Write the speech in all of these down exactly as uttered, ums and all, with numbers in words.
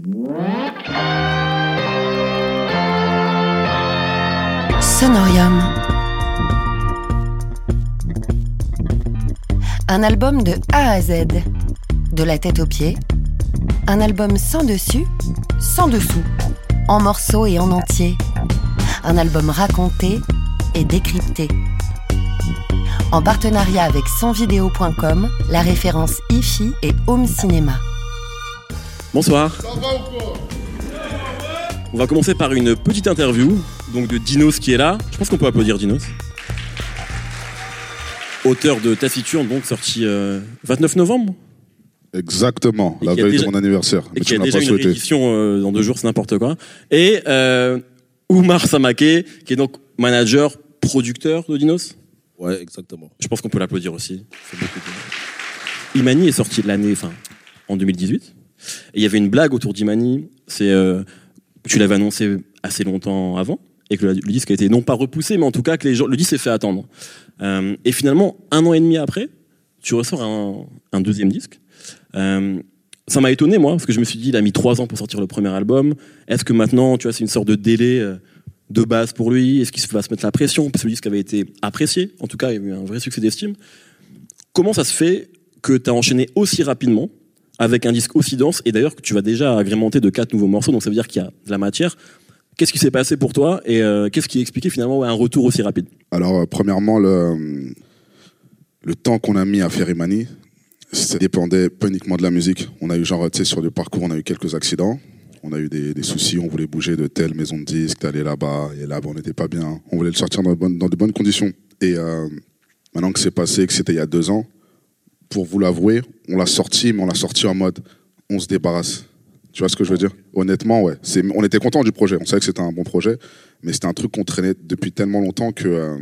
Sonorium. Un album de A à Z, de la tête aux pieds. Un album sans dessus, sans dessous, en morceaux et en entier. Un album raconté et décrypté. En partenariat avec son vidéo point com, la référence hi-fi et home cinéma. Bonsoir. On va commencer par une petite interview donc de Dinos qui est là. Je pense qu'on peut applaudir Dinos. Auteur de Taciturne, donc sorti euh, vingt-neuf novembre. Exactement, la veille déjà, de mon anniversaire. Et qui a déjà une réédition euh, dans deux jours, c'est n'importe quoi. Et euh, Oumar Samake, qui est donc manager, producteur de Dinos. Ouais, exactement. Je pense qu'on peut l'applaudir aussi. C'est beaucoup de... Imani est sorti de l'année, enfin, en deux mille dix-huit. Et il y avait une blague autour d'Imani. C'est, euh, tu l'avais annoncé assez longtemps avant, et que le, le disque a été non pas repoussé, mais en tout cas que les gens, le disque s'est fait attendre. Euh, et finalement, un an et demi après, tu ressors un, un deuxième disque. Euh, ça m'a étonné, moi, parce que je me suis dit, il a mis trois ans pour sortir le premier album. Est-ce que maintenant, tu vois, c'est une sorte de délai euh, de base pour lui? Est-ce qu'il va se mettre la pression? Parce que le disque avait été apprécié. En tout cas, il y a eu un vrai succès d'estime. Comment ça se fait que tu as enchaîné aussi rapidement avec un disque aussi dense, et d'ailleurs que tu vas déjà agrémenter de quatre nouveaux morceaux, donc ça veut dire qu'il y a de la matière. Qu'est-ce qui s'est passé pour toi, et euh, qu'est-ce qui expliquait finalement ouais, un retour aussi rapide? Alors, euh, premièrement, le, le temps qu'on a mis à faire Imani, ça dépendait pas uniquement de la musique. On a eu genre, tu sais, sur le parcours, on a eu quelques accidents. On a eu des, des soucis, on voulait bouger de telle maison de disques, d'aller là-bas, et là-bas, on n'était pas bien. On voulait le sortir dans de bonnes, dans de bonnes conditions. Et euh, maintenant que c'est passé, que c'était il y a deux ans, pour vous l'avouer, on l'a sorti, mais on l'a sorti en mode, on se débarrasse. Tu vois ce que je veux dire? Honnêtement, ouais. C'est, on était contents du projet, on savait que c'était un bon projet, mais c'était un truc qu'on traînait depuis tellement longtemps que euh,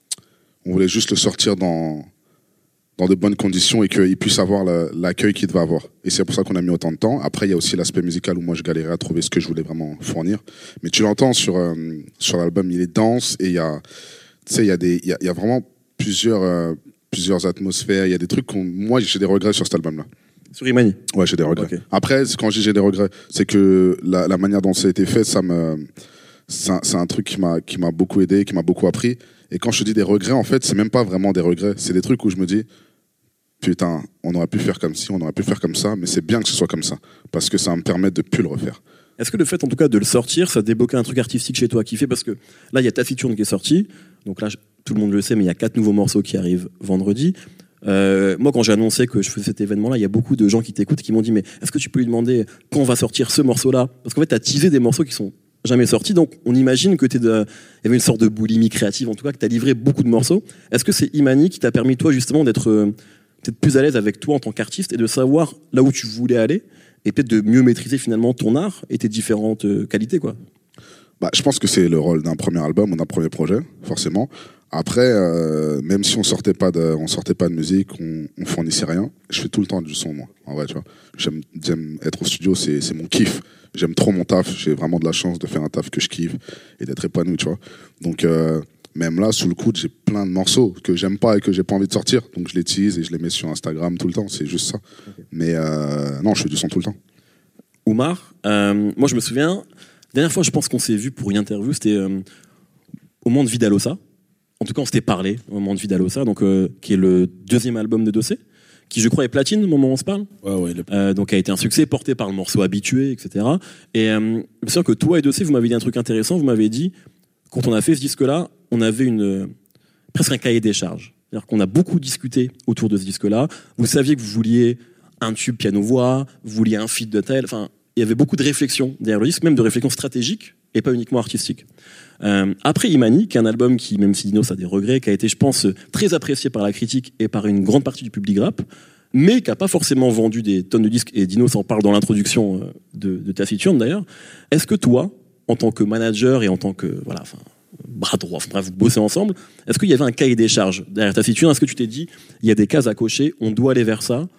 on voulait juste le sortir dans... dans de bonnes conditions et qu'il puisse avoir le, l'accueil qu'il devait avoir. Et c'est pour ça qu'on a mis autant de temps. Après, il y a aussi l'aspect musical où moi, je galérais à trouver ce que je voulais vraiment fournir. Mais tu l'entends sur, euh, sur l'album, il est dense et il y a, tu sais, il y a des, il y a, il y a vraiment plusieurs, euh, plusieurs atmosphères. Il y a des trucs qu'on, moi, j'ai des regrets sur cet album-là. Sur Imani? Ouais, j'ai des regrets. Okay. Après, quand je dis j'ai des regrets, c'est que la, la manière dont ça a été fait, ça me, c'est un, c'est un truc qui m'a, qui m'a beaucoup aidé, qui m'a beaucoup appris. Et quand je te dis des regrets, en fait, c'est même pas vraiment des regrets. C'est des trucs où je me dis, putain, on aurait pu faire comme ci, on aurait pu faire comme ça, mais c'est bien que ce soit comme ça, parce que ça va me permet de plus le refaire. Est-ce que le fait, en tout cas, de le sortir, ça débloque un truc artistique chez toi qui fait, parce que là, il y a Taciturne qui est sorti, donc là, tout le monde le sait, mais il y a quatre nouveaux morceaux qui arrivent vendredi. Euh, moi, quand j'ai annoncé que je faisais cet événement-là, il y a beaucoup de gens qui t'écoutent qui m'ont dit, mais est-ce que tu peux lui demander quand on va sortir ce morceau-là? Parce qu'en fait, t'as teasé des morceaux qui sont jamais sortis, donc on imagine que t'es de... il y avait une sorte de boulimie créative, en tout cas, que t'as livré beaucoup de morceaux. Est-ce que c'est Imani qui t'a permis, toi, justement, d'être... Euh, peut-être plus à l'aise avec toi en tant qu'artiste et de savoir là où tu voulais aller et peut-être de mieux maîtriser finalement ton art et tes différentes euh, qualités, quoi? Bah, je pense que c'est le rôle d'un premier album ou d'un premier projet, forcément. Après, euh, même si on sortait pas de, on sortait pas de musique, on, on fournissait rien. Je fais tout le temps du son, moi. En vrai, tu vois. J'aime, j'aime être au studio, c'est, c'est mon kiff. J'aime trop mon taf. J'ai vraiment de la chance de faire un taf que je kiffe et d'être épanoui, tu vois. Donc, euh, même là, sous le coude, j'ai plein de morceaux que j'aime pas et que j'ai pas envie de sortir. Donc je les tease et je les mets sur Instagram tout le temps. C'est juste ça. Okay. Mais euh, non, je fais du son tout le temps. Oumar, euh, moi je me souviens, la dernière fois je pense qu'on s'est vu pour une interview, c'était euh, au moment de Vidalosa. En tout cas, on s'était parlé au moment de Vidalosa, donc, euh, qui est le deuxième album de Dossé, qui je crois est platine au moment où on se parle. Ouais, ouais, le... euh, donc a été un succès porté par le morceau Habitué, et cetera. Et euh, je me souviens que toi et Dossé, vous m'avez dit un truc intéressant, vous m'avez dit, quand on a fait ce disque-là, on avait une, presque un cahier des charges. C'est-à-dire qu'on a beaucoup discuté autour de ce disque-là. Vous saviez que vous vouliez un tube piano-voix, vous vouliez un feat de tel. Enfin, il y avait beaucoup de réflexions derrière le disque, même de réflexions stratégiques et pas uniquement artistiques. Euh, après Imani, qui est un album qui, même si Dinos a des regrets, qui a été, je pense, très apprécié par la critique et par une grande partie du public rap, mais qui n'a pas forcément vendu des tonnes de disques, et Dinos en parle dans l'introduction de, de Taciturne d'ailleurs. Est-ce que toi, en tant que manager et en tant que voilà, enfin, bras droit, enfin, bref, vous bossez ensemble, est-ce qu'il y avait un cahier des charges derrière Taciturne? Est-ce que tu t'es dit, il y a des cases à cocher, on doit aller vers ça?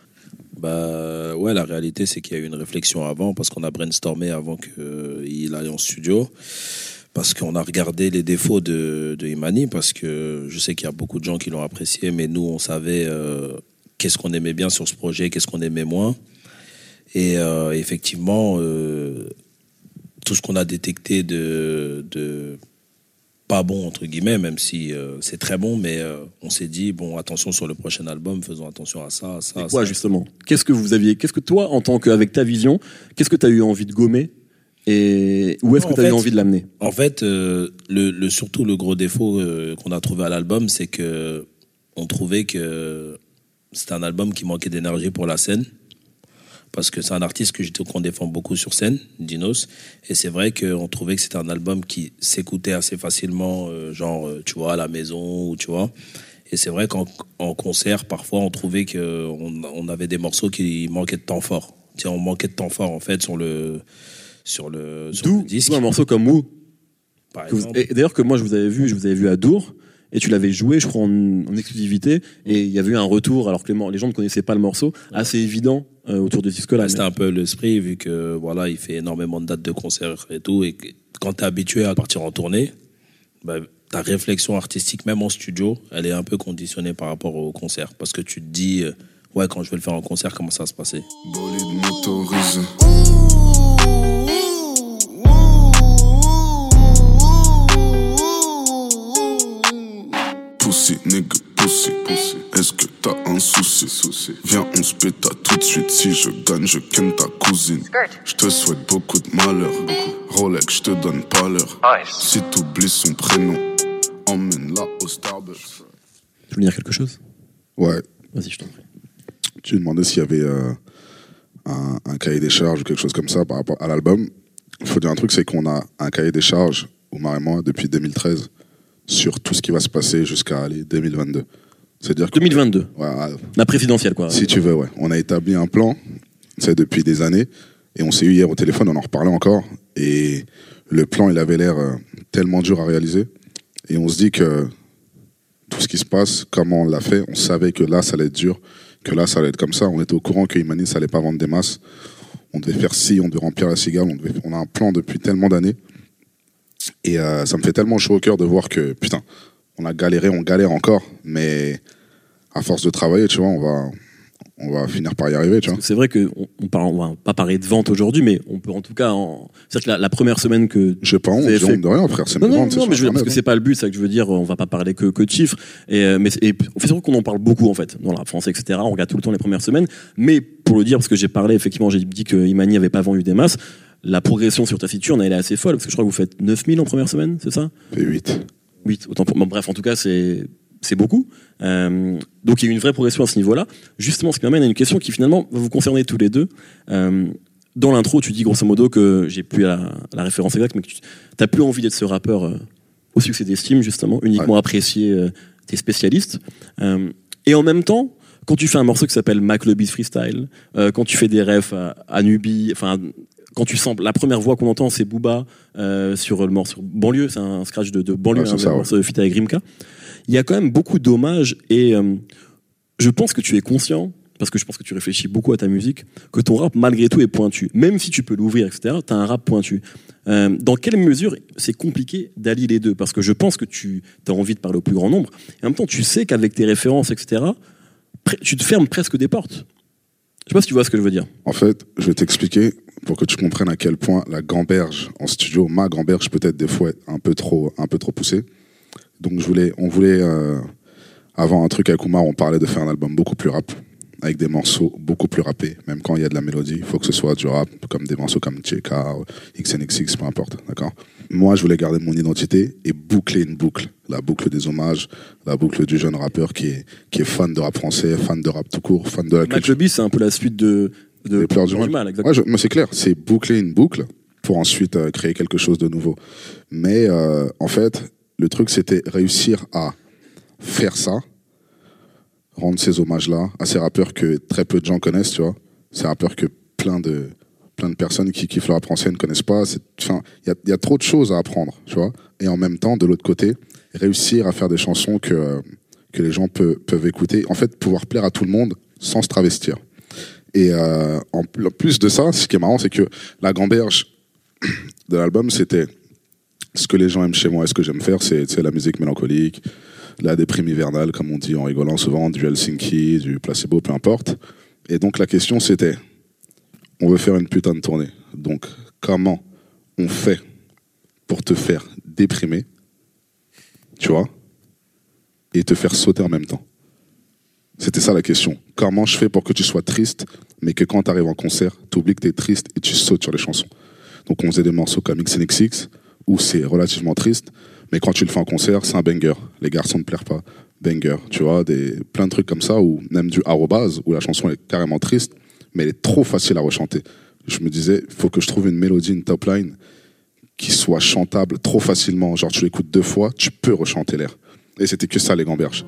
Bah ouais, la réalité c'est qu'il y a eu une réflexion avant, parce qu'on a brainstormé avant qu'il aille en studio, parce qu'on a regardé les défauts de, de Imani, parce que je sais qu'il y a beaucoup de gens qui l'ont apprécié, mais nous on savait euh, qu'est-ce qu'on aimait bien sur ce projet, qu'est-ce qu'on aimait moins. Et euh, effectivement, euh, tout ce qu'on a détecté de, de pas bon, entre guillemets, même si euh, c'est très bon, mais euh, on s'est dit, bon, attention sur le prochain album, faisons attention à ça, à ça, à quoi, ça. Justement, qu'est-ce que vous aviez, qu'est-ce que toi, en tant qu'avec ta vision, qu'est-ce que tu as eu envie de gommer et où est-ce Non, que tu as eu fait, envie de l'amener? En fait, euh, le, le, surtout le gros défaut euh, qu'on a trouvé à l'album, c'est que on trouvait que c'était un album qui manquait d'énergie pour la scène. Parce que c'est un artiste que je, qu'on défend beaucoup sur scène, Dinos, et c'est vrai qu'on trouvait que c'était un album qui s'écoutait assez facilement, euh, genre, euh, tu vois, à la maison, ou tu vois. Et c'est vrai qu'en en concert, parfois, on trouvait qu'on on avait des morceaux qui manquaient de temps fort. Tiens, on manquait de temps fort, en fait, sur le, sur le, sur D'où, le disque. d'où un morceau comme Woo. Par Que vous- exemple. et d'ailleurs, que moi, je vous avais vu, je vous avais vu à Dour. Et tu l'avais joué, je crois, en, en exclusivité. Et il y avait eu un retour, alors que les, mor- les gens ne connaissaient pas le morceau, assez évident euh, autour de ce disque-là. Bah, c'était un peu l'esprit, vu que voilà, il fait énormément de dates de concerts et tout. Et que, quand tu es habitué à partir en tournée, bah, ta réflexion artistique, même en studio, elle est un peu conditionnée par rapport au concert. Parce que tu te dis, euh, ouais, quand je vais le faire en concert, comment ça va se passer? Bolide motorisé. Pussy, nigga, pussy, pussy. Est-ce que t'as un souci, souci? Viens, on se péta tout de suite. Si je gagne, je ken ta cousine. Je te souhaite beaucoup de malheur. Rolex, je te donne pas l'heure. Si t'oublies son prénom, emmène-la au Starbucks. Tu veux dire quelque chose? Ouais. Vas-y, je t'en prie. Tu me demandais s'il y avait euh, un, un cahier des charges ou quelque chose comme ça par rapport à l'album. Il faut dire un truc, c'est qu'on a un cahier des charges, Oumar et moi, depuis deux mille treize, sur tout ce qui va se passer jusqu'à allez, deux mille vingt-deux. C'est-à-dire que, deux mille vingt-deux. ouais, ouais, La présidentielle, quoi. si tu veux, ouais. On a établi un plan, c'est depuis des années, et on s'est eu hier au téléphone, on en reparlait encore, et le plan, il avait l'air euh, tellement dur à réaliser, et on se dit que tout ce qui se passe, comment on l'a fait, on savait que là, ça allait être dur, que là, ça allait être comme ça, on était au courant que Imani, ça allait pas vendre des masses, on devait faire ci, on devait remplir la cigale, on, devait, on a un plan depuis tellement d'années, et euh, ça me fait tellement chaud au cœur de voir que, putain, on a galéré, on galère encore, mais à force de travailler, tu vois, on va, on va finir par y arriver, tu vois. C'est vrai qu'on on parle, on va pas parler de vente aujourd'hui, mais on peut en tout cas. En... C'est-à-dire que la, la première semaine que. Je sais pas, on Vous avez j'ai fait- honte de rien, frère, c'est Non, mes non, ventes, c'est non, sur mais je veux dire, parce Internet, que c'est pas le but, c'est ça que je veux dire. On va pas parler que, que de chiffres. Et, euh, mais, et c'est sûr qu'on en parle beaucoup, en fait, dans la France, et cetera. On regarde tout le temps les premières semaines. Mais pour le dire, parce que j'ai parlé, effectivement, j'ai dit que Imani avait pas vendu des masses. La progression sur ta feature, elle est assez folle, parce que je crois que vous faites neuf mille en première semaine, c'est ça? hein. Fait huit. huit, autant pour... bon, bref, en tout cas, c'est c'est beaucoup. Euh, donc il y a eu une vraie progression à ce niveau-là. Justement, ce qui m'amène à une question qui finalement va vous concerner tous les deux. Euh, dans l'intro, tu dis grosso modo que j'ai plus la, la référence exacte, mais que tu n'as plus envie d'être ce rappeur euh, au succès d'estime, justement, uniquement Ouais. apprécié euh, tes spécialistes. Euh, et en même temps, quand tu fais un morceau qui s'appelle Mac le Beat Freestyle, euh, quand tu fais des refs à, à Nubi, enfin, quand tu sens la première voix qu'on entend, c'est Booba euh, sur le morceau Banlieue, c'est un scratch de, de Banlieue, Ouais, c'est hein, ça, le ouais. morceau de feat avec Rimka. Il y a quand même beaucoup d'hommages et euh, je pense que tu es conscient, parce que je pense que tu réfléchis beaucoup à ta musique, que ton rap malgré tout est pointu. Même si tu peux l'ouvrir, et cetera, tu as un rap pointu. Euh, dans quelle mesure c'est compliqué d'allier les deux? Parce que je pense que tu as envie de parler au plus grand nombre, et en même temps tu sais qu'avec tes références, et cetera, pre- tu te fermes presque des portes. Je sais pas si tu vois ce que je veux dire. En fait, je vais t'expliquer pour que tu comprennes à quel point la gamberge en studio, ma gamberge peut-être des fois un peu trop, un peu trop poussée. Donc je voulais, on voulait euh, avant un truc avec Oumar, on parlait de faire un album beaucoup plus rap, avec des morceaux beaucoup plus rappés. Même quand il y a de la mélodie, il faut que ce soit du rap, comme des morceaux comme Tcheka, X N X X, peu importe, d'accord. Moi, je voulais garder mon identité et boucler une boucle, la boucle des hommages, la boucle du jeune rappeur qui est qui est fan de rap français, fan de rap tout court, fan de la Mac culture. le Beat, c'est un peu la suite de, de Des pleurs du mal. exactement. Ouais, je- mais c'est clair, c'est boucler une boucle pour ensuite euh, créer quelque chose de nouveau. Mais euh, en fait, le truc, c'était réussir à faire ça, rendre ces hommages-là à ces rappeurs que très peu de gens connaissent, tu vois. Ces rappeurs que plein de, plein de personnes qui kiffent le rap français ne connaissent pas. C'est- enfin, il y a, il y a trop de choses à apprendre, tu vois. Et en même temps, de l'autre côté, réussir à faire des chansons que, euh, que les gens peu- peuvent écouter. En fait, pouvoir plaire à tout le monde sans se travestir. Et euh, en pl- plus de ça, ce qui est marrant, c'est que la gamberge de l'album, c'était ce que les gens aiment chez moi et ce que j'aime faire, c'est tu sais, la musique mélancolique, la déprime hivernale, comme on dit en rigolant souvent, du Helsinki, du placebo, peu importe. Et donc la question, c'était, on veut faire une putain de tournée. Donc, comment on fait pour te faire déprimer, tu vois, et te faire sauter en même temps? C'était ça la question. Comment je fais pour que tu sois triste, mais que quand tu arrives en concert, tu oublies que tu es triste et tu sautes sur les chansons? Donc, on faisait des morceaux comme X N X X, où c'est relativement triste, mais quand tu le fais en concert, c'est un banger. Les garçons ne plairent pas. Banger, tu vois, des, plein de trucs comme ça, ou même du arrobase, où la chanson est carrément triste, mais elle est trop facile à rechanter. Je me disais, il faut que je trouve une mélodie, une top line, qui soit chantable trop facilement. Genre, tu l'écoutes deux fois, tu peux rechanter l'air. Et c'était que ça, les gamberges.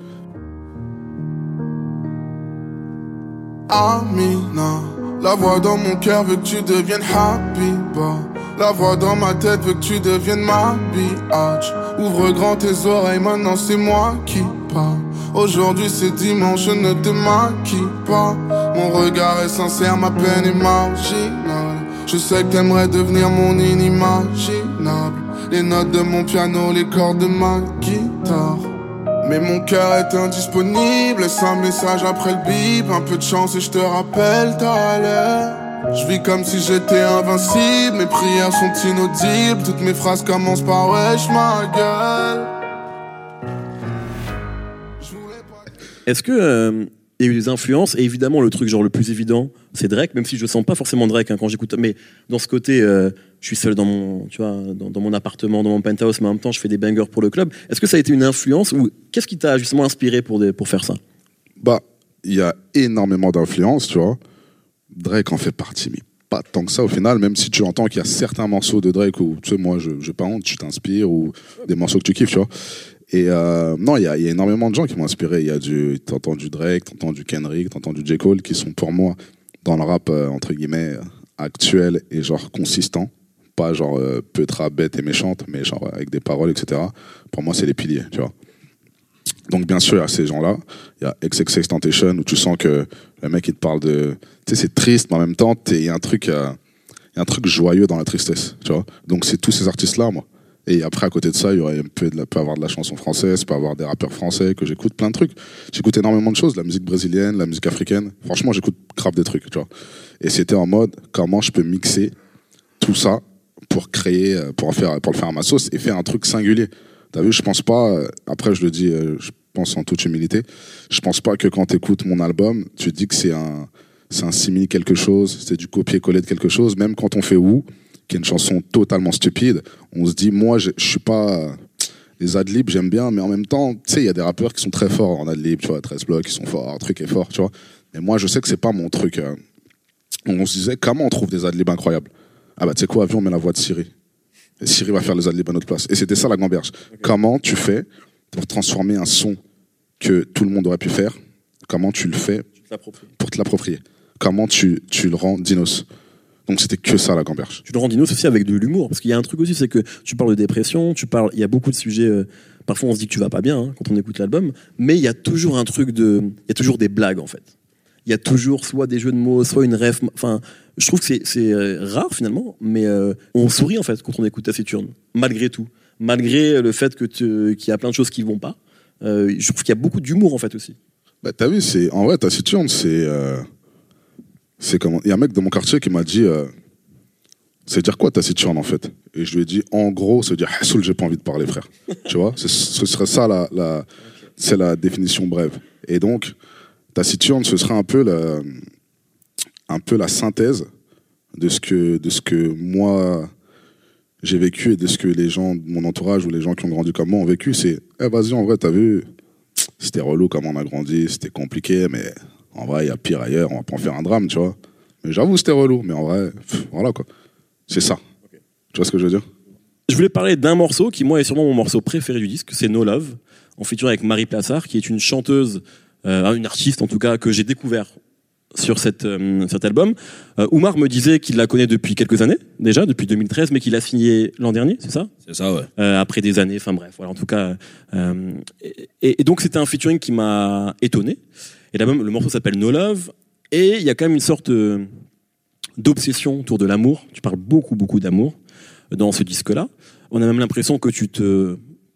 Amina, la voix dans mon cœur veut que tu deviennes Habiba. La voix dans ma tête veut que tu deviennes ma biatch. Ouvre grand tes oreilles, maintenant c'est moi qui parle. Aujourd'hui c'est dimanche, je ne te maquille pas. Mon regard est sincère, ma peine est marginale. Je sais que t'aimerais devenir mon inimaginable. Les notes de mon piano, les cordes de ma guitare. Mais mon cœur est indisponible, laisse un message après le bip. Un peu de chance et je te rappelle tout à l'heure. Je vis comme si j'étais invincible, mes prières sont inaudibles. Toutes mes phrases commencent par wesh ma gueule. Est-ce que euh, il y a eu des influences? Et évidemment le truc genre le plus évident c'est Drake, même si je sens pas forcément Drake hein, quand j'écoute, mais dans ce côté euh, je suis seul dans mon, tu vois, dans, dans mon appartement, dans mon penthouse, mais en même temps je fais des bangers pour le club. Est-ce que ça a été une influence ou qu'est-ce qui t'a justement inspiré pour, des, pour faire ça? Bah, il y a énormément d'influences, tu vois. Drake en fait partie, mais pas tant que ça au final, même si tu entends qu'il y a certains morceaux de Drake où, tu sais, moi, je n'ai pas honte, tu t'inspires, ou des morceaux que tu kiffes, tu vois. Et euh, non, il y a, y a énormément de gens qui m'ont inspiré. Il y a du, t'entends du Drake, t'entends du Kendrick, t'entends du J. Cole, qui sont pour moi, dans le rap, euh, entre guillemets, actuel et genre consistant. Pas genre euh, peutra, bête et méchante, mais genre avec des paroles, et cetera. Pour moi, c'est les piliers, tu vois. Donc bien sûr, il y a ces gens-là. Il y a X X Xtentation où tu sens que le mec il te parle de, tu sais, c'est triste, mais en même temps, il y a un truc, il euh, y a un truc joyeux dans la tristesse, tu vois. Donc c'est tous ces artistes-là, moi. Et après, à côté de ça, il y aurait un peu de la, peut avoir de la chanson française, peut avoir des rappeurs français que j'écoute, plein de trucs. J'écoute énormément de choses, la musique brésilienne, la musique africaine. Franchement, j'écoute grave des trucs, tu vois. Et c'était en mode, comment je peux mixer tout ça pour créer, pour en faire, pour le faire à ma sauce et faire un truc singulier. T'as vu, je pense pas, après je le dis, je pense en toute humilité, je pense pas que quand t'écoutes mon album, tu te dis que c'est un, c'est un simili quelque chose, c'est du copier-coller de quelque chose, même quand on fait Woo, qui est une chanson totalement stupide, on se dit, moi, je, je suis pas, les adlibs, j'aime bien, mais en même temps, tu sais, il y a des rappeurs qui sont très forts en adlib, tu vois, treize blocs, qui sont forts, un truc est fort, tu vois, et moi, je sais que c'est pas mon truc. Euh. On se disait, comment on trouve des adlibs incroyables? Ah bah, tu sais quoi, viens, on met la voix de Siri. Et Siri va faire les adlibs à notre place. Et c'était ça la gamberge. Okay. Comment tu fais pour transformer un son que tout le monde aurait pu faire? Comment tu le fais pour te l'approprier? Comment tu, tu le rends dinos? Donc c'était que ça la gamberge. Tu le rends dinos aussi avec de l'humour, parce qu'il y a un truc aussi, c'est que tu parles de dépression, tu parles, il y a beaucoup de sujets. Euh, parfois on se dit que tu vas pas bien hein, quand on écoute l'album, mais il y a toujours un truc de, il y a toujours des blagues en fait. Il y a toujours soit des jeux de mots, soit une ref. Enfin, je trouve que c'est, c'est euh, rare finalement, mais euh, on sourit en fait quand on écoute Taciturne, malgré tout, malgré le fait que tu, qu'il y a plein de choses qui vont pas. Euh, je trouve qu'il y a beaucoup d'humour en fait aussi. Bah t'as vu, c'est en vrai Taciturne, c'est euh, c'est comment. Il y a un mec de mon quartier qui m'a dit, euh, c'est dire quoi Taciturne en fait? Et je lui ai dit, en gros, c'est dire Hassoul, j'ai pas envie de parler frère. Tu vois, c'est, ce serait ça la, la okay. C'est la définition brève. Et donc Taciturne, ce serait un peu la, un peu la synthèse de ce que, de ce que moi j'ai vécu et de ce que les gens de mon entourage ou les gens qui ont grandi comme moi ont vécu. C'est, eh vas-y, en vrai, t'as vu, c'était relou comme on a grandi, c'était compliqué, mais en vrai, il y a pire ailleurs, on va pas en faire un drame, tu vois. Mais j'avoue, c'était relou, mais en vrai, pff, voilà quoi. C'est ça. Okay. Tu vois ce que je veux dire? Je voulais parler d'un morceau qui, moi, est sûrement mon morceau préféré du disque, c'est No Love, en featuring avec Marie Plassard, qui est une chanteuse. Euh, une artiste en tout cas que j'ai découvert sur cette, euh, cet album. Euh, Oumar me disait qu'il la connaît depuis quelques années déjà, depuis deux mille treize, mais qu'il a signé l'an dernier, c'est ça? C'est ça, ouais. Euh, après des années, enfin bref, voilà, en tout cas. Euh, et, et donc c'était un featuring qui m'a étonné. Et l'album, le morceau s'appelle No Love, et il y a quand même une sorte euh, d'obsession autour de l'amour. Tu parles beaucoup, beaucoup d'amour dans ce disque-là. On a même l'impression que tu te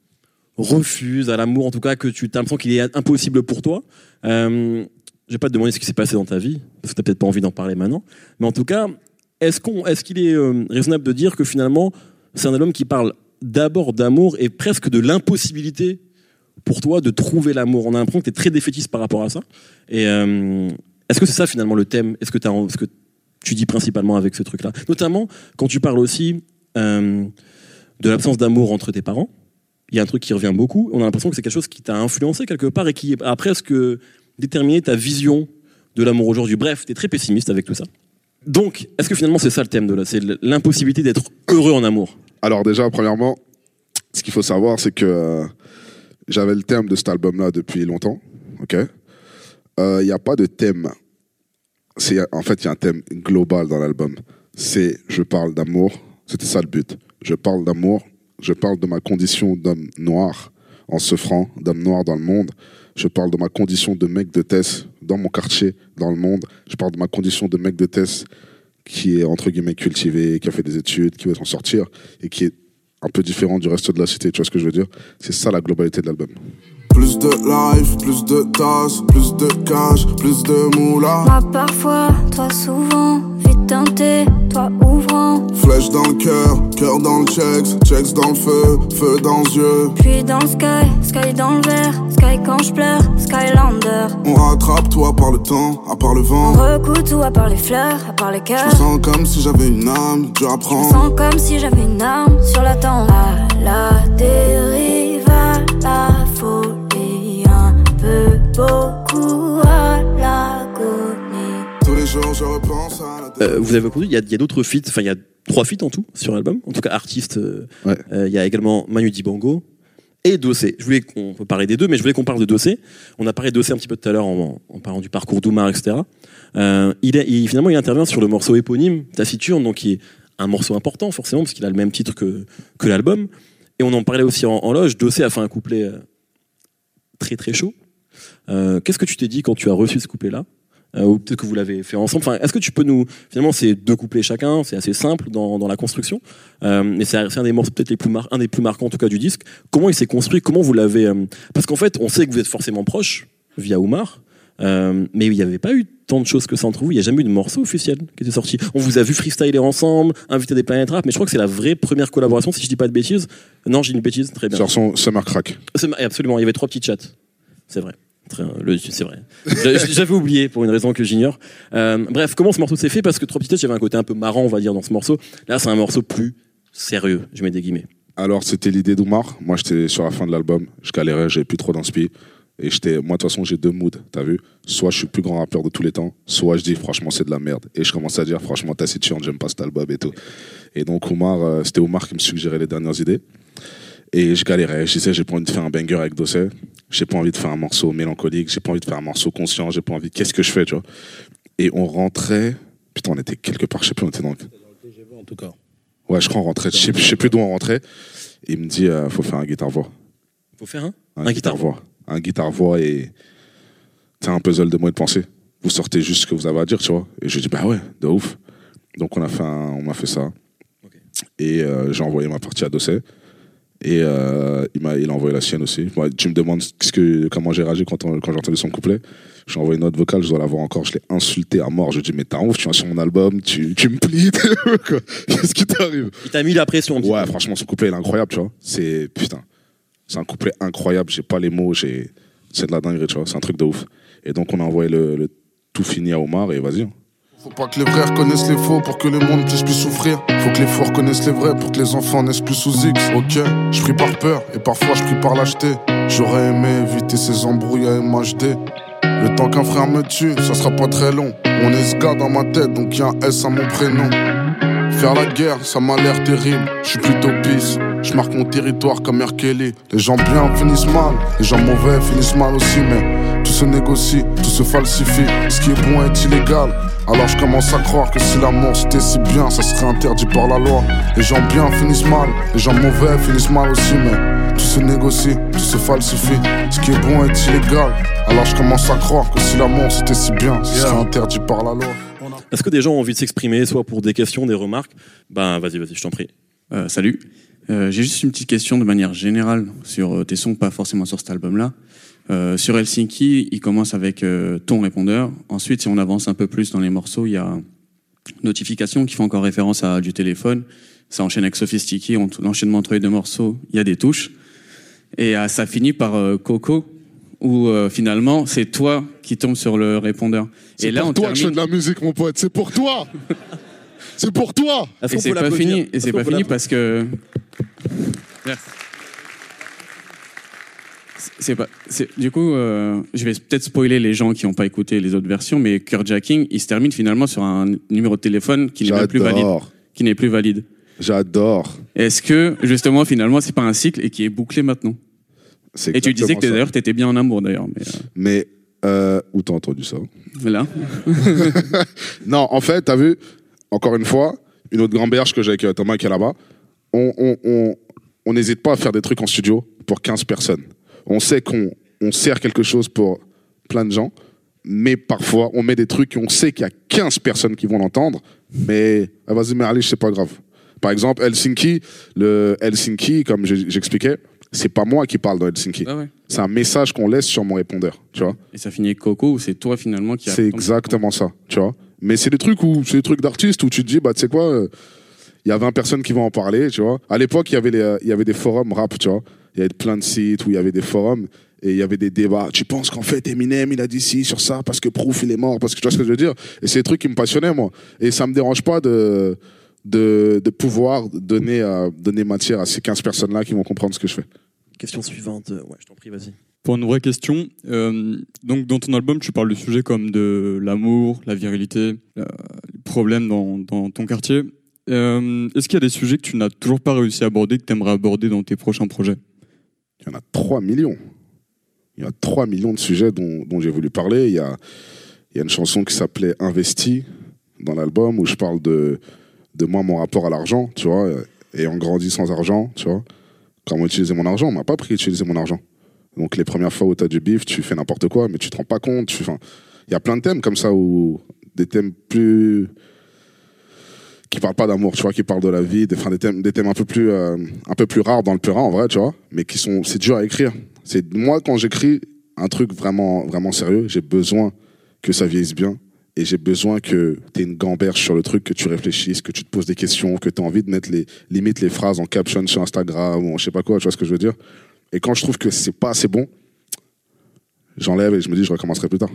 refuse à l'amour, en tout cas que tu as l'impression qu'il est impossible pour toi. Euh, je vais pas te demander ce qui s'est passé dans ta vie, parce que tu n'as peut-être pas envie d'en parler maintenant, mais en tout cas, est-ce, qu'on, est-ce qu'il est euh, raisonnable de dire que finalement, c'est un album qui parle d'abord d'amour et presque de l'impossibilité pour toi de trouver l'amour? On a l'impression que tu es très défaitiste par rapport à ça. Et euh, est-ce que c'est ça finalement le thème? Est-ce que, t'as, ce que tu dis principalement avec ce truc-là? Notamment quand tu parles aussi euh, de l'absence d'amour entre tes parents. Il y a un truc qui revient beaucoup. On a l'impression que c'est quelque chose qui t'a influencé quelque part et qui a presque déterminé ta vision de l'amour aujourd'hui. Bref, tu es très pessimiste avec tout ça. Donc, est-ce que finalement c'est ça le thème de là? C'est l'impossibilité d'être heureux en amour? Alors déjà, premièrement, ce qu'il faut savoir, c'est que euh, j'avais le thème de cet album-là depuis longtemps. Ok. Il euh, n'y a pas de thème. C'est, en fait, il y a un thème global dans l'album. C'est je parle d'amour. C'était ça le but. Je parle d'amour. Je parle de ma condition d'homme noir en souffrant, d'homme noir dans le monde. Je parle de ma condition de mec de Tess dans mon quartier, dans le monde. Je parle de ma condition de mec de Tess qui est entre guillemets cultivé, qui a fait des études, qui veut s'en sortir et qui est un peu différent du reste de la cité. Tu vois ce que je veux dire? C'est ça la globalité de l'album. Plus de life, plus de tasses, plus de cash, plus de moula. Moi parfois, toi souvent, vite teinté, toi ouvrant. Flèche dans le cœur, cœur dans le checks, checks dans le feu, feu dans les yeux. Puis dans le sky, sky dans le verre, sky quand je pleure, Skylander. On rattrape toi par le temps, à part le On vent. recoue tout à part les fleurs, à part les Je cœurs. me sens comme si j'avais une âme, dur à Je me prendre. sens comme si j'avais une arme sur la tempe. À la dérive, à la folie, un peu beaucoup à l'agonie. Tous les jours je repense à la Euh, vous avez entendu, il y a, il y a d'autres feats, enfin il y a trois feats en tout sur l'album, en tout cas artistes. Euh, Ouais. euh, il y a également Manu Dibango et Dossé. Je voulais qu'on peut parler des deux, mais je voulais qu'on parle de Dossé. On a parlé de Dossé un petit peu tout à l'heure en, en parlant du parcours d'Oumar, et cetera. Euh, il, est, il finalement il intervient sur le morceau éponyme Taciturne, donc qui est un morceau important forcément parce qu'il a le même titre que, que l'album. Et on en parlait aussi en, en loge. Dossé a fait un couplet euh, très très chaud. Euh, qu'est-ce que tu t'es dit quand tu as reçu ce couplet-là? Euh, ou peut-être que vous l'avez fait ensemble. Enfin, est-ce que tu peux nous... Finalement, c'est deux couplets chacun, c'est assez simple dans, dans la construction. Euh, mais c'est, c'est un des morceaux peut-être les plus mar- un des plus marquants en tout cas du disque. Comment il s'est construit? Comment vous l'avez... Euh... Parce qu'en fait, on sait que vous êtes forcément proches via Oumar, euh, mais il n'y avait pas eu tant de choses que ça entre vous. Il n'y a jamais eu de morceau officiel qui était sorti. On vous a vu freestyler ensemble, inviter des planètes rap, mais je crois que c'est la vraie première collaboration, si je dis pas de bêtises. Non, j'ai une bêtise, très bien. Sur son Summer Crack. C'est- Absolument, il y avait trois petits chats. C'est vrai. Très, le, c'est vrai. J'avais oublié pour une raison que j'ignore. Euh, bref, comment ce morceau s'est fait? Parce que Trois Petits Têtes, j'avais un côté un peu marrant, on va dire, dans ce morceau. Là, c'est un morceau plus sérieux, je mets des guillemets. Alors, c'était l'idée d'Oumar. Moi, j'étais sur la fin de l'album. Je galérais, j'avais plus trop d'inspi. Et j'étais, moi, de toute façon, j'ai deux moods, t'as vu? Soit je suis le plus grand rappeur de tous les temps, soit je dis, franchement, c'est de la merde. Et je commence à dire, franchement, Taciturne, j'aime pas cet album et tout. Et donc, Oumar, euh, c'était Oumar qui me suggérait les dernières idées. Et je galérais. Je disais, j'ai pas envie de faire un banger avec Dossé. J'ai pas envie de faire un morceau mélancolique. J'ai pas envie de faire un morceau conscient. J'ai pas envie. Qu'est-ce que je fais, tu vois? Et on rentrait. Putain, on était quelque part. Je sais plus, on était dans le. En tout cas. Ouais, je crois on rentrait. Je sais, je sais plus d'où on rentrait. Et il me dit, euh, faut faire un guitare-voix. Faut faire un Un, Un guitare-voix. Un guitare-voix et. C'est un puzzle de mots et de pensée. Vous sortez juste ce que vous avez à dire, tu vois. Et je dis, bah ouais, de ouf. Donc on a fait, un, on a fait ça. Okay. Et euh, j'ai envoyé ma partie à Dossé. Et euh, il, m'a, il a envoyé la sienne aussi. Moi, tu me demandes ce que, comment j'ai réagi quand, on, quand j'ai entendu son couplet. J'ai envoyé une note vocale, je dois l'avoir encore. Je l'ai insulté à mort. Je lui ai dit, mais t'as ouf, tu viens sur mon album, tu, tu me plies. Qu'est-ce qui t'arrive? Il t'a mis la pression un petit Ouais, peu. franchement, son couplet, il est incroyable, tu vois. C'est, putain, c'est un couplet incroyable. J'ai pas les mots, j'ai, c'est de la dinguerie, tu vois. C'est un truc de ouf. Et donc, on a envoyé le, le tout fini à Oumar et vas-y. Faut pas que les vrais reconnaissent les faux pour que le monde puisse plus souffrir. Faut que les faux reconnaissent les vrais pour que les enfants naissent plus sous X. Ok, je prie par peur et parfois je prie par lâcheté. J'aurais aimé éviter ces embrouilles à M H D. Le temps qu'un frère me tue, ça sera pas très long. On est ce gars dans ma tête, donc y'a un S à mon prénom. Faire la guerre, ça m'a l'air terrible. Je suis plutôt pisse. Je marque mon territoire comme R. Kelly. Les gens bien finissent mal, les gens mauvais finissent mal aussi, mais tout se négocie, tout se falsifie. Ce qui est bon est illégal. Alors je commence à croire que si l'amour c'était si bien, ça serait interdit par la loi. Les gens bien finissent mal, les gens mauvais finissent mal aussi, mais tout se négocie, tout se falsifie. Ce qui est bon est illégal. Alors je commence à croire que si l'amour c'était si bien, ça serait interdit par la loi. Est-ce que des gens ont envie de s'exprimer, soit pour des questions, des remarques? Ben, vas-y, vas-y, je t'en prie. Euh, salut. Euh, j'ai juste une petite question de manière générale sur euh, tes sons, pas forcément sur cet album-là. Euh, sur Helsinki, il commence avec euh, ton répondeur. Ensuite, si on avance un peu plus dans les morceaux, il y a notification qui fait encore référence à du téléphone. Ça enchaîne avec Sophistiqué, on- l'enchaînement entre les deux morceaux, il y a des touches. Et euh, ça finit par euh, Coco, où euh, finalement, c'est toi qui tombes sur le répondeur. C'est Et là, pour on toi que je fais termine... de la musique, mon pote. C'est pour toi. C'est pour toi. Est-ce Et qu'on c'est peut pas l'applaudir fini, et Est-ce c'est qu'on pas peut fini l'applaudir parce que... Merci. C'est pas, c'est, du coup, euh, je vais peut-être spoiler les gens qui n'ont pas écouté les autres versions, mais Curjacking, il se termine finalement sur un numéro de téléphone qui n'est même plus valide. J'adore. Qui n'est plus valide. J'adore. Est-ce que, justement, finalement, c'est pas un cycle et qui est bouclé maintenant? C'est Et tu disais que exactement ça. d'ailleurs, t'étais bien en amour, d'ailleurs. Mais, euh, Mais euh, où t'as entendu ça? voilà. Non, en fait, t'as vu, encore une fois, une autre gamberge que j'ai avec euh, Thomas qui est là-bas, on on, on, on n'hésite pas à faire des trucs en studio pour quinze personnes. On sait qu'on on sert quelque chose pour plein de gens, mais parfois, on met des trucs et on sait qu'il y a quinze personnes qui vont l'entendre, mais ah, vas-y, mais allez, c'est pas grave. Par exemple, Helsinki, le Helsinki, comme j'ai- j'expliquais, c'est pas moi qui parle dans Helsinki. Ah ouais. C'est un message qu'on laisse sur mon répondeur, tu vois. Et ça finit avec Coco, où c'est toi, finalement, qui a... C'est exactement ça, tu vois. Mais c'est des trucs où c'est des trucs d'artistes où tu te dis bah tu sais quoi, il y a vingt personnes qui vont en parler, tu vois. À l'époque, il y avait les il y avait des forums rap, tu vois. Il y avait plein de sites où il y avait des forums et il y avait des débats. Tu penses qu'en fait Eminem, il a dit ci sur ça parce que Proof il est mort, parce que tu vois ce que je veux dire. Et c'est des trucs qui me passionnaient moi. Et ça me dérange pas de de, de pouvoir donner euh, donner matière à ces quinze personnes là qui vont comprendre ce que je fais. Question suivante. Ouais, je t'en prie, vas-y. Pour une vraie question, euh, donc dans ton album, tu parles de sujets comme de l'amour, la virilité, euh, les problèmes dans, dans ton quartier. Euh, est-ce qu'il y a des sujets que tu n'as toujours pas réussi à aborder, que tu aimerais aborder dans tes prochains projets? Il y en a trois millions. Il y a trois millions de sujets dont, dont j'ai voulu parler. Il y a, il y a une chanson qui s'appelait Investi dans l'album où je parle de, de moi, mon rapport à l'argent, tu vois, ayant grandi sans argent, tu vois. Comment utiliser mon argent? On m'a pas appris à utiliser mon argent. Donc les premières fois où tu as du bif, tu fais n'importe quoi, mais tu te rends pas compte. Tu, enfin, il y a plein de thèmes comme ça, où des thèmes plus... qui parlent pas d'amour, tu vois, qui parlent de la vie, des, enfin, des thèmes, des thèmes un peu plus, euh, un peu plus rares dans le Peura, en vrai, tu vois, mais qui sont, c'est dur à écrire. C'est, moi, quand j'écris un truc vraiment, vraiment sérieux, j'ai besoin que ça vieillisse bien, et j'ai besoin que tu aies une gamberge sur le truc, que tu réfléchisses, que tu te poses des questions, que tu as envie de mettre les, limite les phrases en caption sur Instagram, ou en je sais pas quoi, tu vois ce que je veux dire. Et quand je trouve que c'est pas assez bon, j'enlève et je me dis, je recommencerai plus tard.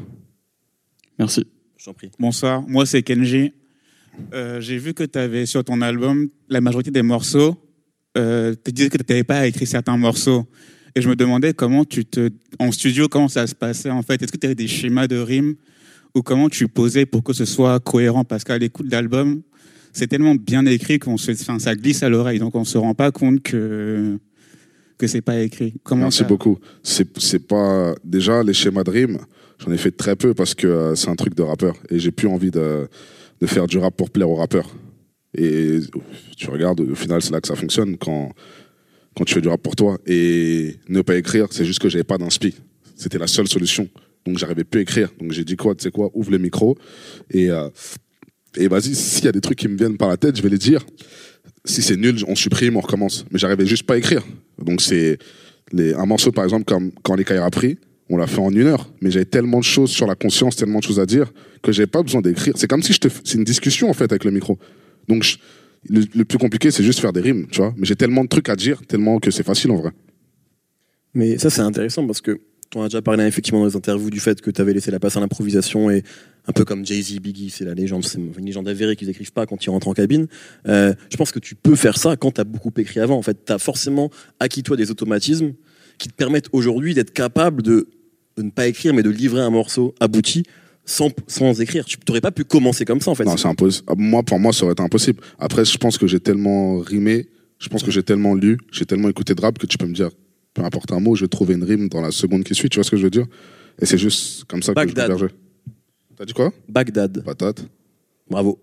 Merci. Je t'en prie. Bonsoir, moi c'est Kenji. Euh, j'ai vu que tu avais sur ton album la majorité des morceaux. Euh, tu disais que tu n'avais pas écrit certains morceaux. Et je me demandais comment tu te. En studio, comment ça se passait en fait. Est-ce que tu avais des schémas de rimes ou comment tu posais pour que ce soit cohérent? Parce qu'à l'écoute de l'album, c'est tellement bien écrit qu'on se. Enfin, ça glisse à l'oreille. Donc on ne se rend pas compte que. que c'est pas écrit. Comment Merci ça... beaucoup. C'est, c'est pas. Déjà, les schémas de rimes, j'en ai fait très peu parce que euh, c'est un truc de rappeur. Et j'ai plus envie de. de faire du rap pour plaire aux rappeurs. Et tu regardes, au final, c'est là que ça fonctionne, quand, quand tu fais du rap pour toi. Et ne pas écrire, c'est juste que j'avais pas d'inspi. C'était la seule solution. Donc j'arrivais plus à écrire. Donc j'ai dit quoi, tu sais quoi, ouvre le micro. Et, euh, et vas-y, s'il y a des trucs qui me viennent par la tête, je vais les dire. Si c'est nul, on supprime, on recommence. Mais j'arrivais juste pas à écrire. Donc c'est les, un morceau, par exemple, comme Quand les cailles a pris, on l'a fait en une heure, mais j'avais tellement de choses sur la conscience, tellement de choses à dire, que j'avais pas besoin d'écrire. C'est comme si je te, c'est une discussion en fait avec le micro. Donc je, le, le plus compliqué, c'est juste faire des rimes, tu vois. Mais j'ai tellement de trucs à dire, tellement que c'est facile en vrai. Mais ça, c'est intéressant parce que on a déjà parlé effectivement dans les interviews du fait que tu avais laissé la place à l'improvisation et un peu comme Jay-Z, Biggie, c'est la légende, c'est une légende avérée qu'ils écrivent pas quand ils rentrent en cabine. Euh, je pense que tu peux faire ça quand tu as beaucoup écrit avant. En fait, tu as forcément acquis toi des automatismes qui te permettent aujourd'hui d'être capable de, de ne pas écrire mais de livrer un morceau abouti sans, sans écrire. Tu n'aurais pas pu commencer comme ça en fait. Non, c'est impossible. Moi, pour moi, ça aurait été impossible. Après, je pense que j'ai tellement rimé, je pense que j'ai tellement lu, j'ai tellement écouté de rap que tu peux me dire, peu importe un mot, je vais trouver une rime dans la seconde qui suit, tu vois ce que je veux dire? Et c'est juste comme ça Bagdad. que je peux berger. T'as dit quoi? Bagdad. Patate. Bravo.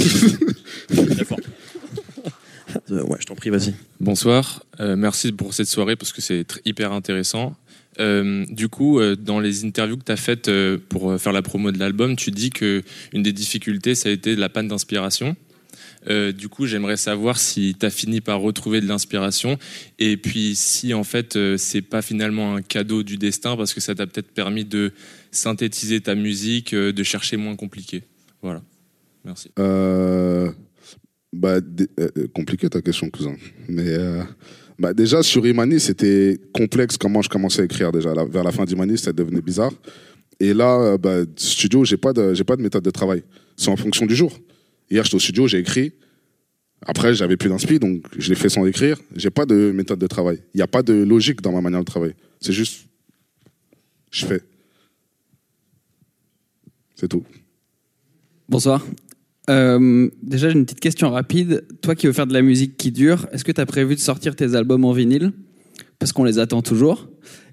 Très fort. Euh, ouais, je t'en prie, vas-y. Bonsoir, euh, merci pour cette soirée parce que c'est tr- hyper intéressant. Euh, du coup, euh, dans les interviews que tu as faites euh, pour faire la promo de l'album, tu dis qu'une des difficultés, ça a été la panne d'inspiration. Euh, du coup, j'aimerais savoir si tu as fini par retrouver de l'inspiration et puis si en fait euh, c'est pas finalement un cadeau du destin parce que ça t'a peut-être permis de synthétiser ta musique, euh, de chercher moins compliqué. Voilà. Merci. Euh, bah, d- euh, compliqué ta question, cousin. Mais euh, bah, déjà, sur Imani, c'était complexe comment je commençais à écrire déjà. Là, vers la fin d'Imani, ça devenait bizarre. Et là, euh, bah, studio, j'ai pas de, j'ai pas de méthode de travail. C'est en fonction du jour. Hier, j'étais au studio, j'ai écrit. Après, j'avais plus d'inspi, donc je l'ai fait sans écrire. J'ai pas de méthode de travail. Il n'y a pas de logique dans ma manière de travailler. C'est juste, je fais. C'est tout. Bonsoir. Euh, déjà, j'ai une petite question rapide. Toi qui veux faire de la musique qui dure, est-ce que tu as prévu de sortir tes albums en vinyle? Parce qu'on les attend toujours.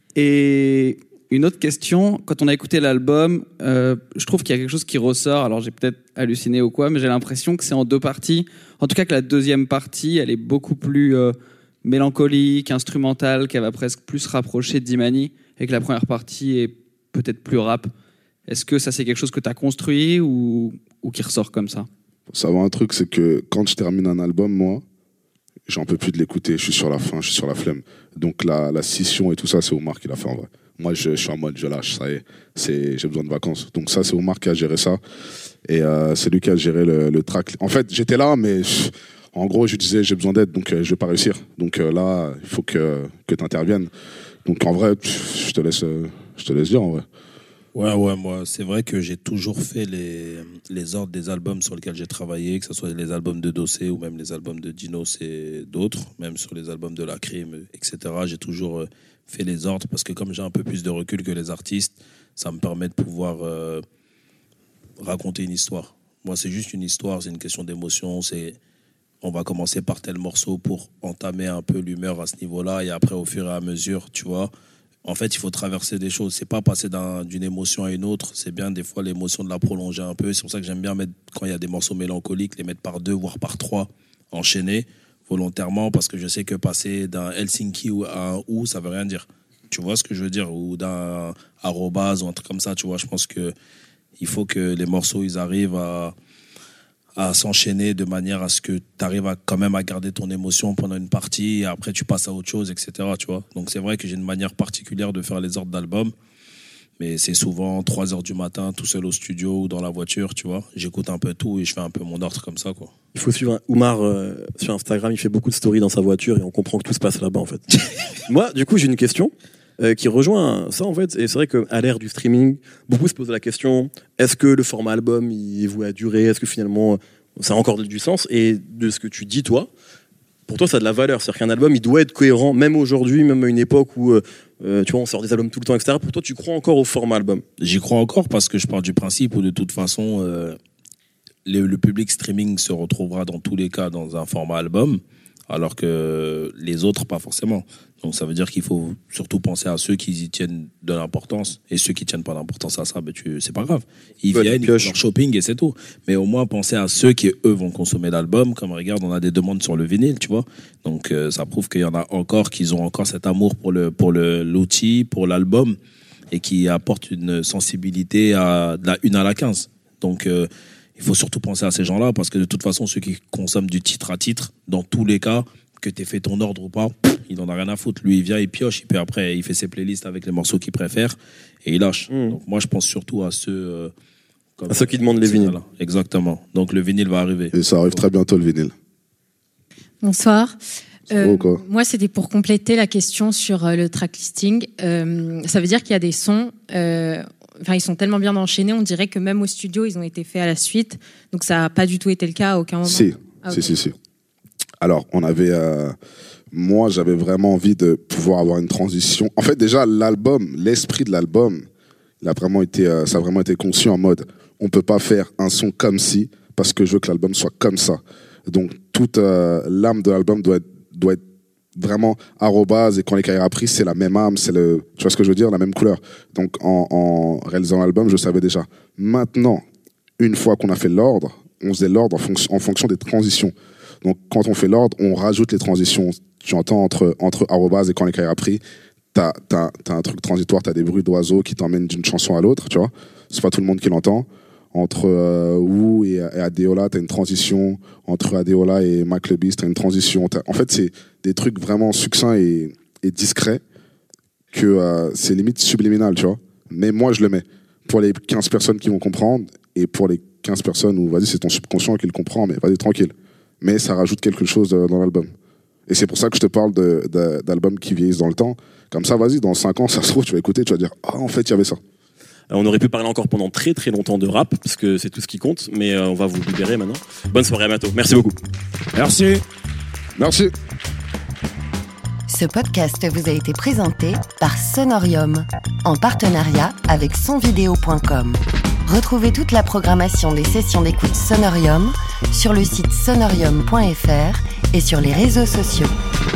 Et une autre question, quand on a écouté l'album, euh, je trouve qu'il y a quelque chose qui ressort. Alors j'ai peut-être halluciné ou quoi, mais j'ai l'impression que c'est en deux parties. En tout cas que la deuxième partie, elle est beaucoup plus euh, mélancolique, instrumentale, qu'elle va presque plus se rapprocher d'Imani, et que la première partie est peut-être plus rap. Est-ce que ça c'est quelque chose que tu as construit ou, ou qui ressort comme ça? Faut savoir un truc, c'est que quand je termine un album, moi, j'en peux plus de l'écouter. Je suis sur la fin, je suis sur la flemme. Donc la, la scission et tout ça, c'est Omar qui l'a fait en vrai. Moi, je, je suis en mode, je lâche, ça y est, c'est, j'ai besoin de vacances. Donc ça, c'est Omar qui a géré ça. Et euh, c'est lui qui a géré le, le track. En fait, j'étais là, mais pff, en gros, je disais, j'ai besoin d'aide, donc euh, je vais pas réussir. Donc euh, là, il faut que, que tu interviennes. Donc en vrai, pff, je te laisse, euh, je te laisse dire en vrai. Ouais, ouais, moi, c'est vrai que j'ai toujours fait les, les ordres des albums sur lesquels j'ai travaillé, que ce soit les albums de Dossé ou même les albums de Dinos et d'autres, même sur les albums de La Crime, et cetera. J'ai toujours euh, fait les ordres parce que comme j'ai un peu plus de recul que les artistes, ça me permet de pouvoir euh, raconter une histoire. Moi, c'est juste une histoire, c'est une question d'émotion, c'est on va commencer par tel morceau pour entamer un peu l'humeur à ce niveau-là et après, au fur et à mesure, tu vois, en fait, il faut traverser des choses. C'est pas passer d'un, d'une émotion à une autre. C'est bien, des fois, l'émotion de la prolonger un peu. C'est pour ça que j'aime bien mettre, quand il y a des morceaux mélancoliques, les mettre par deux, voire par trois, enchaînés, volontairement, parce que je sais que passer d'un Helsinki à un ou, ça veut rien dire. Tu vois ce que je veux dire? Ou d'un arrobase ou un truc comme ça, tu vois. Je pense que il faut que les morceaux, ils arrivent à, à s'enchaîner de manière à ce que tu arrives à, quand même à garder ton émotion pendant une partie et après tu passes à autre chose, et cetera. Tu vois. Donc c'est vrai que j'ai une manière particulière de faire les ordres d'albums, mais c'est souvent trois heures du matin, tout seul au studio ou dans la voiture, tu vois. J'écoute un peu tout et je fais un peu mon ordre comme ça, quoi. Il faut suivre Oumar euh, sur Instagram, il fait beaucoup de stories dans sa voiture et on comprend que tout se passe là-bas en fait. Moi, du coup, j'ai une question euh, qui rejoint ça en fait. Et c'est vrai qu'à l'ère du streaming, beaucoup se posent la question, est-ce que le format album il est voué à durer? Est-ce que finalement ça a encore du sens? Et de ce que tu dis toi, pour toi ça a de la valeur. C'est-à-dire qu'un album il doit être cohérent, même aujourd'hui, même à une époque où euh, tu vois, on sort des albums tout le temps, et cetera. Pour toi, tu crois encore au format album? J'y crois encore parce que je pars du principe où de toute façon euh, le, le public streaming se retrouvera dans tous les cas dans un format album, alors que les autres pas forcément. Donc ça veut dire qu'il faut surtout penser à ceux qui y tiennent de l'importance, et ceux qui tiennent pas d'importance à ça, ben tu, c'est pas grave. Ils ouais, viennent, ils font leur shopping et c'est tout. Mais au moins penser à ceux qui eux vont consommer l'album. Comme regarde, on a des demandes sur le vinyle, tu vois. Donc euh, ça prouve qu'il y en a encore qui ont encore cet amour pour le pour le l'outil, pour l'album, et qui apportent une sensibilité à de la une à la quinze. Donc euh, il faut surtout penser à ces gens-là parce que de toute façon ceux qui consomment du titre à titre, dans tous les cas, que t'aies fait ton ordre ou pas, il en a rien à foutre. Lui, il vient, il pioche, et puis après, il fait ses playlists avec les morceaux qu'il préfère et il lâche. Mmh. Donc moi, je pense surtout à ceux... Euh, comme à ceux qui demandent les vinyles. Là. Exactement. Donc le vinyle va arriver. Et ça arrive très bientôt, le vinyle. Bonsoir. Euh, quoi moi, c'était pour compléter la question sur euh, le track listing. Euh, ça veut dire qu'il y a des sons... Euh, Enfin, ils sont tellement bien enchaînés, on dirait que même au studio, ils ont été faits à la suite. Donc, ça n'a pas du tout été le cas à aucun moment. Si, ah, okay. si, si, si. Alors, on avait... Euh, moi, j'avais vraiment envie de pouvoir avoir une transition. En fait, déjà, l'album, l'esprit de l'album, il a vraiment été, euh, ça a vraiment été conçu en mode, on peut pas faire un son comme si, parce que je veux que l'album soit comme ça. Donc, toute euh, l'âme de l'album doit être, doit être vraiment arrobase, et quand les carrières a pris, c'est la même âme, c'est le, tu vois ce que je veux dire, la même couleur. Donc en, en réalisant l'album, je savais déjà. Maintenant, une fois qu'on a fait l'ordre, on faisait l'ordre en, fonction, en fonction des transitions. Donc quand on fait l'ordre, on rajoute les transitions. Tu entends entre, entre arrobase et quand les carrières a pris, t'as, t'as, t'as un truc transitoire, t'as des bruits d'oiseaux qui t'emmènent d'une chanson à l'autre, tu vois. C'est pas tout le monde qui l'entend. Entre euh, Wu et, et Adeola, t'as une transition. Entre Adeola et Mac Le Beast, t'as une transition. T'as... En fait, c'est des trucs vraiment succincts et, et discrets que euh, c'est limite subliminal, tu vois. Mais moi, je le mets. Pour les quinze personnes qui vont comprendre et pour les quinze personnes où, vas-y, c'est ton subconscient qui le comprend, mais vas-y, tranquille. Mais ça rajoute quelque chose dans l'album. Et c'est pour ça que je te parle de, de, d'albums qui vieillissent dans le temps. Comme ça, vas-y, dans cinq ans, ça se trouve, tu vas écouter, tu vas dire, ah, en fait, il y avait ça. On aurait pu parler encore pendant très très longtemps de rap, parce que c'est tout ce qui compte, mais euh, on va vous libérer maintenant. Bonne soirée à bientôt. Merci beaucoup. Merci. Merci. Ce podcast vous a été présenté par Sonorium, en partenariat avec sonvideo point com. Retrouvez toute la programmation des sessions d'écoute Sonorium sur le site sonorium point f r et sur les réseaux sociaux.